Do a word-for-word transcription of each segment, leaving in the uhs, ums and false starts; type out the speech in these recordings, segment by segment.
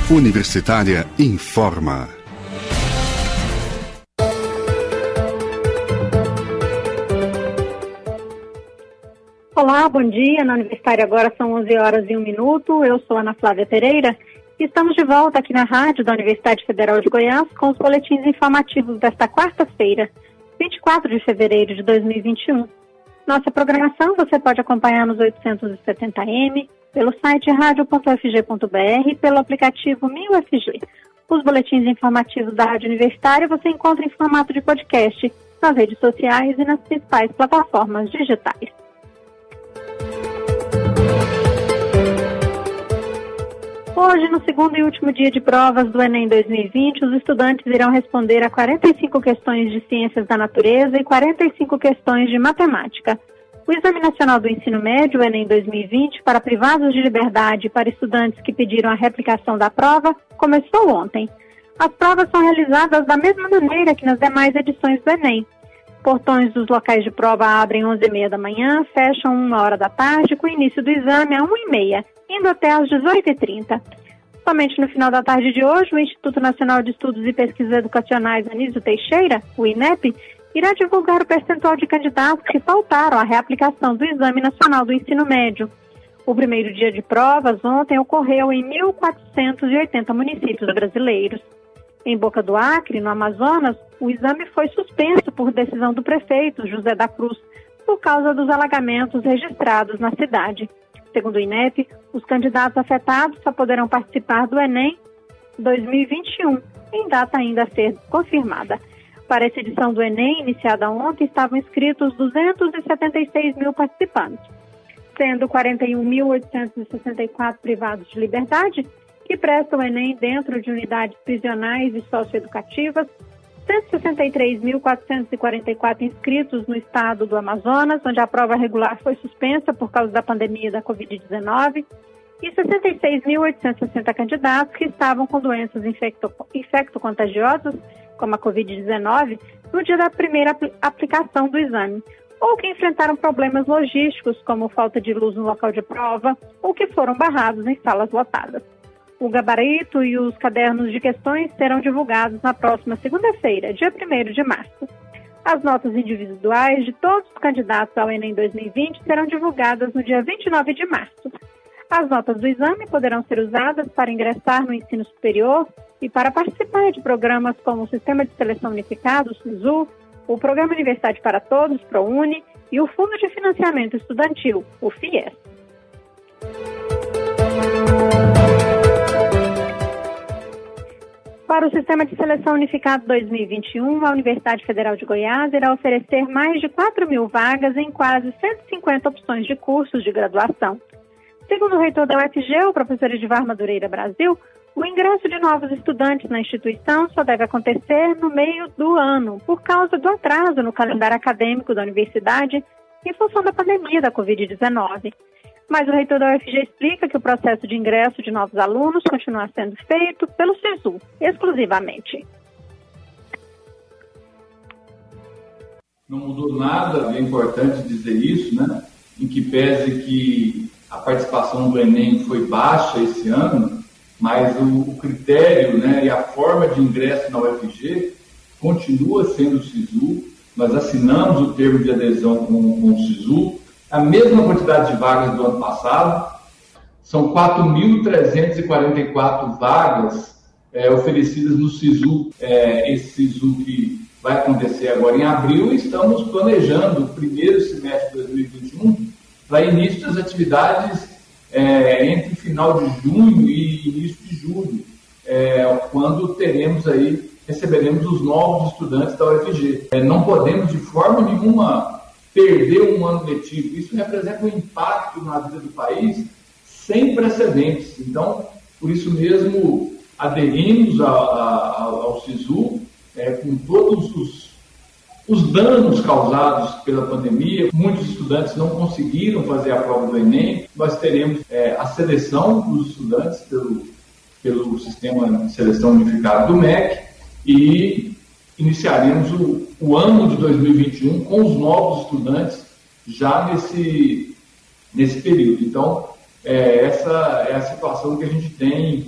Universitária informa. Olá, bom dia. Na Universitária agora são onze horas e um minuto. Eu sou Ana Flávia Pereira e estamos de volta aqui na rádio da Universidade Federal de Goiás com os boletins informativos desta quarta-feira, vinte e quatro de fevereiro de dois mil e vinte e um. Nossa programação você pode acompanhar nos oitocentos e setenta eme, pelo site rádio ponto f g ponto b r e pelo aplicativo mil F G. Os boletins informativos da Rádio Universitária você encontra em formato de podcast nas redes sociais e nas principais plataformas digitais. Hoje, no segundo e último dia de provas do Enem dois mil e vinte, os estudantes irão responder a quarenta e cinco questões de Ciências da Natureza e quarenta e cinco questões de Matemática. O Exame Nacional do Ensino Médio, o Enem dois mil e vinte, para privados de liberdade e para estudantes que pediram a reaplicação da prova, começou ontem. As provas são realizadas da mesma maneira que nas demais edições do Enem. Portões dos locais de prova abrem às onze e meia da manhã, fecham uma hora da tarde, com o início do exame às uma e meia, indo até às dezoito e trinta. Somente no final da tarde de hoje, o Instituto Nacional de Estudos e Pesquisas Educacionais Anísio Teixeira, o INEP, irá divulgar o percentual de candidatos que faltaram à reaplicação do Exame Nacional do Ensino Médio. O primeiro dia de provas ontem ocorreu em mil quatrocentos e oitenta municípios brasileiros. Em Boca do Acre, no Amazonas, o exame foi suspenso por decisão do prefeito José da Cruz, por causa dos alagamentos registrados na cidade. Segundo o INEP, os candidatos afetados só poderão participar do Enem dois mil e vinte e um, em data ainda a ser confirmada. Para essa edição do Enem, iniciada ontem, estavam inscritos duzentos e setenta e seis mil participantes, sendo quarenta e um mil oitocentos e sessenta e quatro privados de liberdade, que prestam o Enem dentro de unidades prisionais e socioeducativas, cento e sessenta e três mil quatrocentos e quarenta e quatro inscritos no estado do Amazonas, onde a prova regular foi suspensa por causa da pandemia da covid dezenove, e sessenta e seis mil oitocentos e sessenta candidatos que estavam com doenças infecto, infecto-contagiosas, como a covid dezenove, no dia da primeira apl- aplicação do exame, ou que enfrentaram problemas logísticos, como falta de luz no local de prova, ou que foram barrados em salas lotadas. O gabarito e os cadernos de questões serão divulgados na próxima segunda-feira, dia primeiro de março. As notas individuais de todos os candidatos ao Enem dois mil e vinte serão divulgadas no dia vinte e nove de março. As notas do exame poderão ser usadas para ingressar no ensino superior e para participar de programas como o Sistema de Seleção Unificado, o SISU, o Programa Universidade para Todos, ProUni, e o Fundo de Financiamento Estudantil, o FIES. Para o Sistema de Seleção Unificado dois mil e vinte e um, a Universidade Federal de Goiás irá oferecer mais de quatro mil vagas em quase cento e cinquenta opções de cursos de graduação. Segundo o reitor da U F G, o professor Edivar Madureira Brasil, o ingresso de novos estudantes na instituição só deve acontecer no meio do ano, por causa do atraso no calendário acadêmico da universidade em função da pandemia da covid dezenove. Mas o reitor da U F G explica que o processo de ingresso de novos alunos continua sendo feito pelo SISU, exclusivamente. Não mudou nada, é importante dizer isso, né? Em que pese que a participação do Enem foi baixa esse ano, mas o, o critério, né, e a forma de ingresso na U F G continua sendo o SISU. Nós assinamos o termo de adesão com, com o SISU, a mesma quantidade de vagas do ano passado, são quatro mil trezentas e quarenta e quatro vagas é, oferecidas no SISU, é, esse SISU que vai acontecer agora em abril, e estamos planejando o primeiro semestre de dois mil e vinte e um para início das atividades é, entre final de junho e início de julho, é, quando teremos aí, receberemos os novos estudantes da U F G. É, não podemos de forma nenhuma perder um ano letivo. Isso representa um impacto na vida do país sem precedentes. Então, por isso mesmo, aderimos a, a, ao SISU, é, com todos os, os danos causados pela pandemia. Muitos estudantes não conseguiram fazer a prova do Enem. Nós teremos é, a seleção dos estudantes pelo, pelo Sistema de Seleção Unificado do M E C e iniciaremos o, o ano de dois mil e vinte e um com os novos estudantes já nesse, nesse período. Então, é, essa é a situação que a gente tem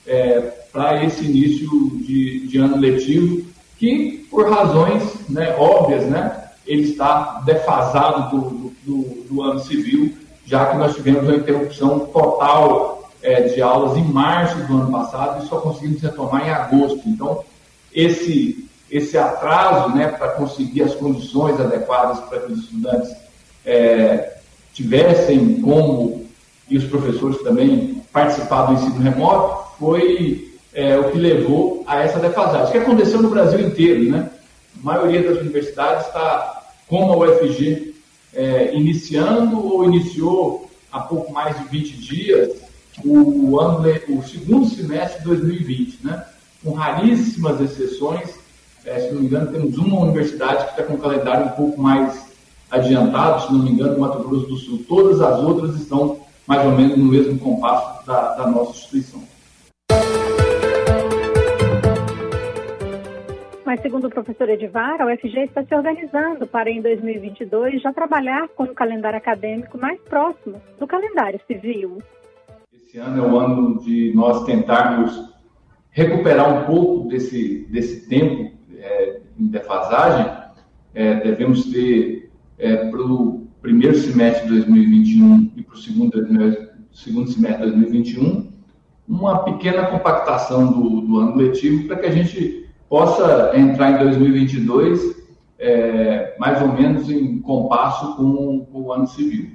é, para esse início de, de ano letivo, que por razões, né, óbvias, né, ele está defasado do, do, do ano civil, já que nós tivemos uma interrupção total é, de aulas em março do ano passado e só conseguimos retomar em agosto. Então, esse, esse atraso, né, para conseguir as condições adequadas para que os estudantes é, tivessem como, e os professores também, participar do ensino remoto, foi é, o que levou a essa defasagem. Isso que aconteceu no Brasil inteiro, né? A maioria das universidades está, como a U F G, é, iniciando ou iniciou há pouco mais de vinte dias o, ano, o segundo semestre de dois mil e vinte, né? Com raríssimas exceções. É, se não me engano, temos uma universidade que está com um calendário um pouco mais adiantado, se não me engano, Mato Grosso do Sul. Todas as outras estão mais ou menos no mesmo compasso da, da nossa instituição. Mas, segundo o professor Edivar, a U F G está se organizando para, em dois mil e vinte e dois, já trabalhar com um calendário acadêmico mais próximo do calendário civil. Esse ano é o ano de nós tentarmos recuperar um pouco desse, desse tempo é, em defasagem. É, devemos ter, é, para o primeiro semestre de dois mil e vinte e um e para o segundo, segundo semestre de dois mil e vinte e um, uma pequena compactação do, do ano letivo para que a gente possa entrar em dois mil e vinte e dois é, mais ou menos em compasso com, com o ano civil.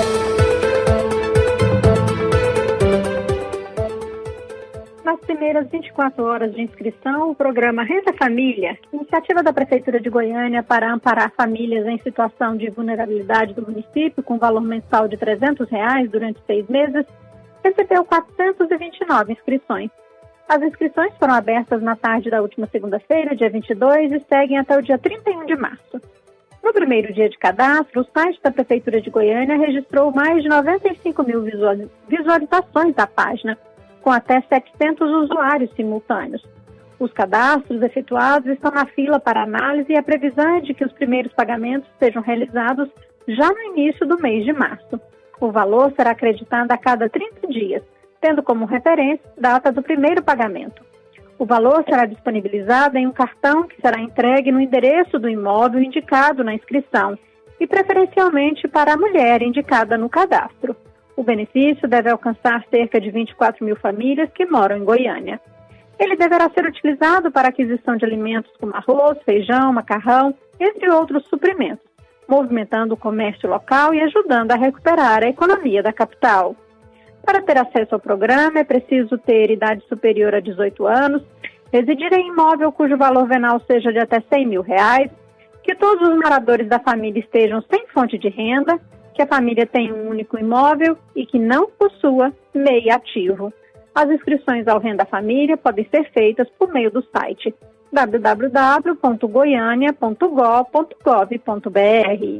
Nas primeiras vinte e quatro horas de inscrição, o programa Renda Família, iniciativa da Prefeitura de Goiânia para amparar famílias em situação de vulnerabilidade do município com valor mensal de trezentos reais durante seis meses, recebeu quatrocentas e vinte e nove inscrições. As inscrições foram abertas na tarde da última segunda-feira, dia vinte e dois, e seguem até o dia trinta e um de março. No primeiro dia de cadastro, o site da Prefeitura de Goiânia registrou mais de noventa e cinco mil visualizações da página, com até setecentos usuários simultâneos. Os cadastros efetuados estão na fila para análise e a previsão é de que os primeiros pagamentos sejam realizados já no início do mês de março. O valor será acreditado a cada trinta dias, tendo como referência a data do primeiro pagamento. O valor será disponibilizado em um cartão que será entregue no endereço do imóvel indicado na inscrição e preferencialmente para a mulher indicada no cadastro. O benefício deve alcançar cerca de vinte e quatro mil famílias que moram em Goiânia. Ele deverá ser utilizado para aquisição de alimentos como arroz, feijão, macarrão, entre outros suprimentos, movimentando o comércio local e ajudando a recuperar a economia da capital. Para ter acesso ao programa, é preciso ter idade superior a dezoito anos, residir em imóvel cujo valor venal seja de até cem mil reais, que todos os moradores da família estejam sem fonte de renda, que a família tenha um único imóvel e que não possua M E I ativo. As inscrições ao Renda Família podem ser feitas por meio do site w w w ponto goiania ponto gov ponto gov ponto b r.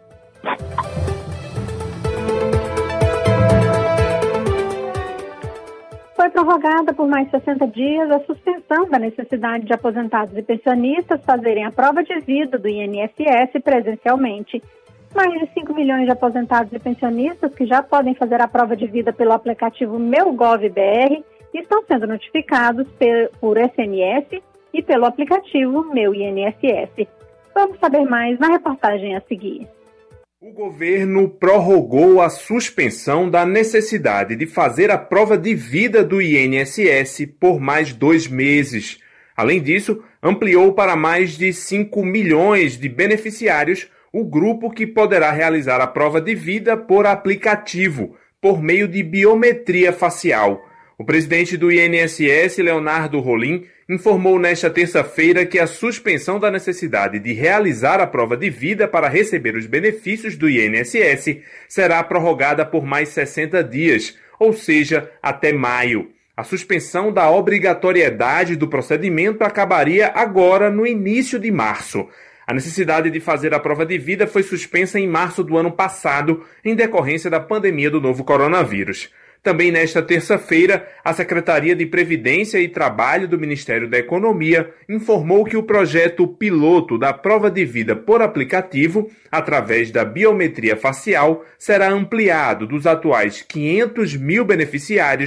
Foi prorrogada por mais sessenta dias a suspensão da necessidade de aposentados e pensionistas fazerem a prova de vida do I N S S presencialmente. Mais de cinco milhões de aposentados e pensionistas que já podem fazer a prova de vida pelo aplicativo Meu Gov B R estão sendo notificados por S M S e pelo aplicativo Meu I N S S. Vamos saber mais na reportagem a seguir. O governo prorrogou a suspensão da necessidade de fazer a prova de vida do I N S S por mais dois meses. Além disso, ampliou para mais de cinco milhões de beneficiários o grupo que poderá realizar a prova de vida por aplicativo, por meio de biometria facial. O presidente do I N S S, Leonardo Rolim, informou nesta terça-feira que a suspensão da necessidade de realizar a prova de vida para receber os benefícios do I N S S será prorrogada por mais sessenta dias, ou seja, até maio. A suspensão da obrigatoriedade do procedimento acabaria agora no início de março. A necessidade de fazer a prova de vida foi suspensa em março do ano passado, em decorrência da pandemia do novo coronavírus. Também nesta terça-feira, a Secretaria de Previdência e Trabalho do Ministério da Economia informou que o projeto piloto da prova de vida por aplicativo, através da biometria facial, será ampliado dos atuais quinhentos mil beneficiários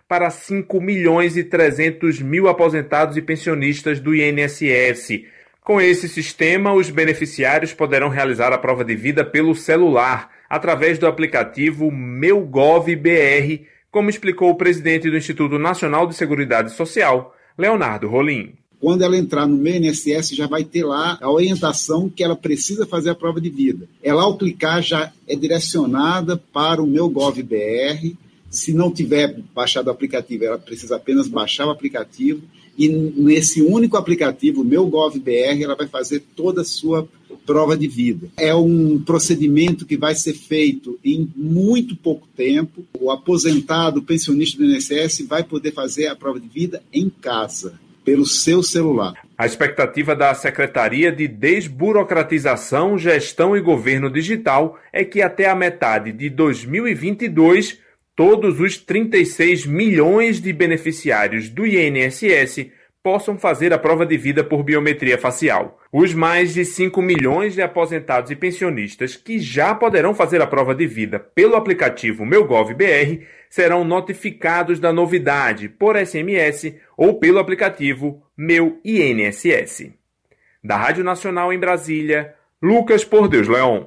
para cinco milhões e trezentos mil aposentados e pensionistas do I N S S. Com esse sistema, os beneficiários poderão realizar a prova de vida pelo celular, através do aplicativo Meu Gov B R, como explicou o presidente do Instituto Nacional de Seguridade Social, Leonardo Rolim. Quando ela entrar no meu I N S S, já vai ter lá a orientação que ela precisa fazer a prova de vida. Ela, ao clicar, já é direcionada para o Meu Gov B R. Se não tiver baixado o aplicativo, ela precisa apenas baixar o aplicativo. E nesse único aplicativo, o Meu Gov B R, ela vai fazer toda a sua prova de vida. É um procedimento que vai ser feito em muito pouco tempo. O aposentado, o pensionista do I N S S, vai poder fazer a prova de vida em casa, pelo seu celular. A expectativa da Secretaria de Desburocratização, Gestão e Governo Digital é que até a metade de dois mil e vinte e dois, todos os trinta e seis milhões de beneficiários do I N S S possam fazer a prova de vida por biometria facial. Os mais de cinco milhões de aposentados e pensionistas que já poderão fazer a prova de vida pelo aplicativo Meu Gov B R serão notificados da novidade por S M S ou pelo aplicativo Meu I N S S. Da Rádio Nacional em Brasília, Lucas Por Deus Leon.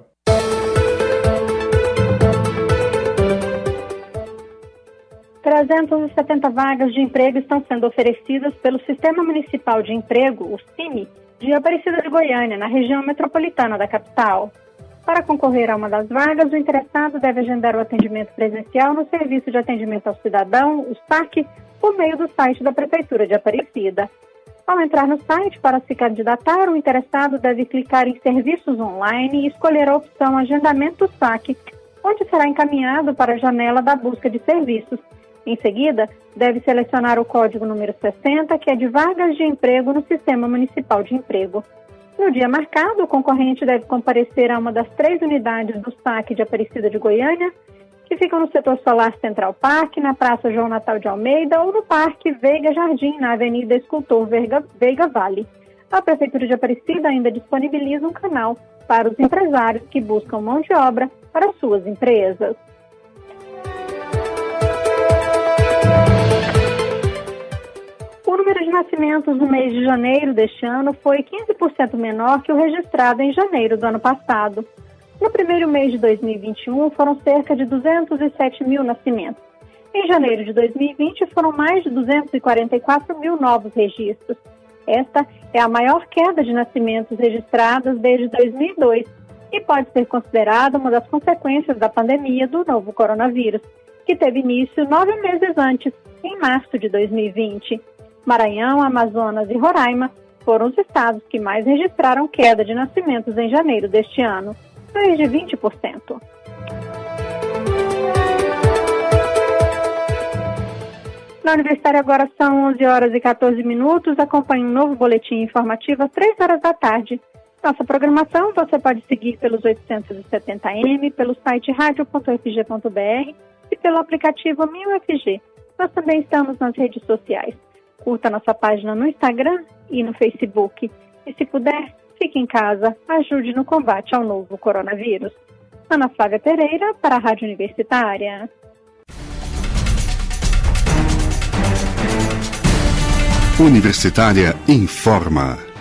trezentas e setenta vagas de emprego estão sendo oferecidas pelo Sistema Municipal de Emprego, o SIME, de Aparecida de Goiânia, na região metropolitana da capital. Para concorrer a uma das vagas, o interessado deve agendar o atendimento presencial no Serviço de Atendimento ao Cidadão, o SAC, por meio do site da Prefeitura de Aparecida. Ao entrar no site para se candidatar, o interessado deve clicar em Serviços Online e escolher a opção Agendamento SAC, onde será encaminhado para a janela da busca de serviços. Em seguida, deve selecionar o código número sessenta, que é de vagas de emprego no Sistema Municipal de Emprego. No dia marcado, o concorrente deve comparecer a uma das três unidades do SAC de Aparecida de Goiânia, que ficam no setor solar Central Park, na Praça João Natal de Almeida ou no Parque Veiga Jardim, na Avenida Escultor Veiga, Veiga Vale. A Prefeitura de Aparecida ainda disponibiliza um canal para os empresários que buscam mão de obra para suas empresas. O número de nascimentos no mês de janeiro deste ano foi quinze por cento menor que o registrado em janeiro do ano passado. No primeiro mês de dois mil e vinte e um, foram cerca de duzentos e sete mil nascimentos. Em janeiro de dois mil e vinte, foram mais de duzentos e quarenta e quatro mil novos registros. Esta é a maior queda de nascimentos registradas desde dois mil e dois e pode ser considerada uma das consequências da pandemia do novo coronavírus, que teve início nove meses antes, em março de dois mil e vinte. Maranhão, Amazonas e Roraima foram os estados que mais registraram queda de nascimentos em janeiro deste ano, mais de vinte por cento. Na Universitária agora são onze horas e catorze minutos. Acompanhe um novo boletim informativo às três horas da tarde. Nossa programação você pode seguir pelos oitocentos e setenta M, pelo site radio ponto f g ponto b r e pelo aplicativo mil F G. Nós também estamos nas redes sociais. Curta nossa página no Instagram e no Facebook. E se puder, fique em casa, ajude no combate ao novo coronavírus. Ana Flávia Pereira, para a Rádio Universitária. Universitária informa.